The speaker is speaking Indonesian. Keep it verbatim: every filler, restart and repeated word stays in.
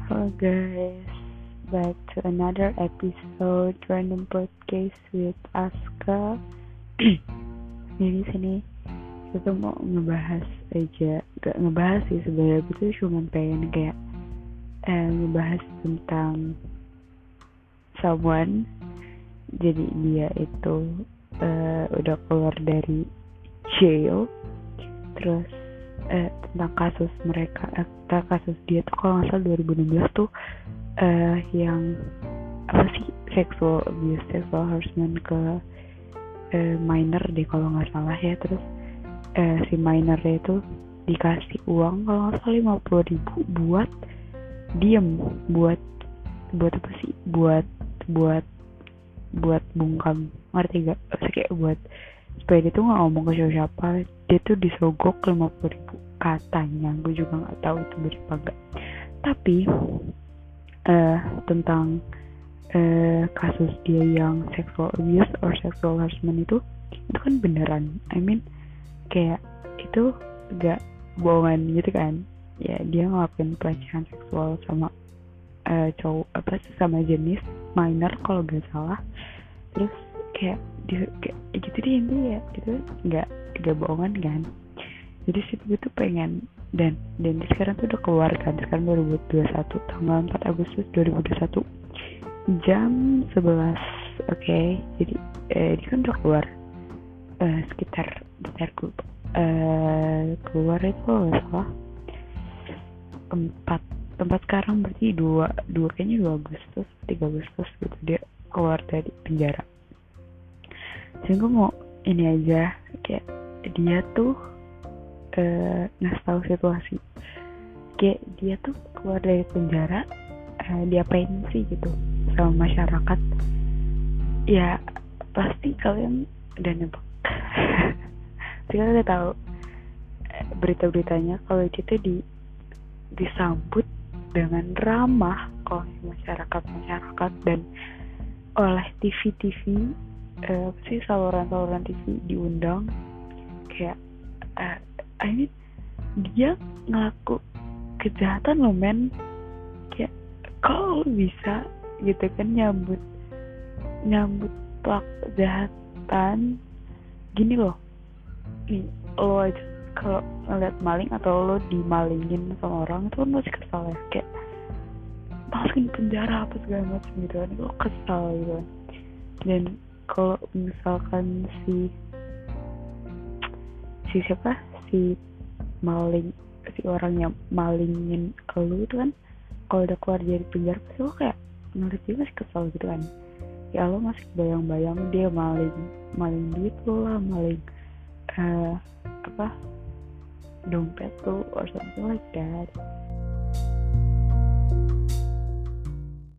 Hello guys, back to another episode Random Podcast with Aska. Jadi sini kita mau ngebahas aja, gak ngebahas sih sebenarnya, gue tuh cuma pengen kayak eh, ngebahas tentang someone. Jadi dia itu eh, udah keluar dari jail, terus eh, tentang kasus mereka, eh, kasus dia tuh kalau nggak salah dua ribu enam belas tuh eh, yang apa sih, sexual abuse, sexual harassment ke eh, minor deh kalau nggak salah ya. Terus eh, si minornya itu dikasih uang kalau nggak salah lima puluh ribu buat diem, buat buat apa sih, buat buat buat bungkam, ngerti gak? Maksudnya kayak buat supaya dia tuh nggak ngomong ke siapa-siapa. Dia tuh disogok lima puluh ribu katanya, gue juga nggak tahu itu berapa enggak. Tapi uh, tentang uh, kasus dia yang sexual abuse or sexual harassment itu itu kan beneran. I mean kayak itu gak bohongan gitu kan ya. Dia ngelakuin pelecehan seksual sama uh, cowok apa sama jenis minor kalau gak salah. Terus kayak dia kayak gitu deh intinya ya, gitu nggak nggak bohongan kan. Jadi situ gue tuh pengen dan dan sekarang tuh udah keluar kan, sekarang dua ribu dua puluh satu tanggal empat Agustus dua ribu dua puluh satu jam sebelas. Oke okay. Jadi eh, dia kan udah keluar eh, sekitar sekitar gue eh, keluar itu kalau nggak salah empat tempat sekarang berarti dua dua kayaknya dua Agustus tiga Agustus gitu dia keluar dari penjara. Jadi gue mau ini aja kayak dia tuh uh, ngasih tahu situasi kayak dia tuh keluar dari penjara, uh, diapain sih gitu sama masyarakat. Ya pasti kalian udah nebak. Pasti kalian udah tahu uh, berita-beritanya kalau dia tuh di disambut dengan ramah oleh masyarakat-masyarakat dan oleh T V-T V, uh, apa sih, saluran-saluran T V diundang. Kayak uh, I mean dia ngelaku kejahatan loh men. Kayak kok bisa gitu kan nyambut nyambut pelaku kejahatan gini loh. Nih lo aja kalau ngeliat maling atau lo dimalingin sama orang itu kan masih kesal ya, kayak masukin penjara apa segala macam gitu kan, lo kesal gitu kan. Dan kalau misalkan si si siapa si maling si orang yang malingin lo itu kan kalau udah keluar dari penjara pasti lo kayak ngeliat dia masih kesal gitu kan. Ya lo masih bayang-bayang dia maling maling duit lo lah, maling uh, apa dompet lo or something like that.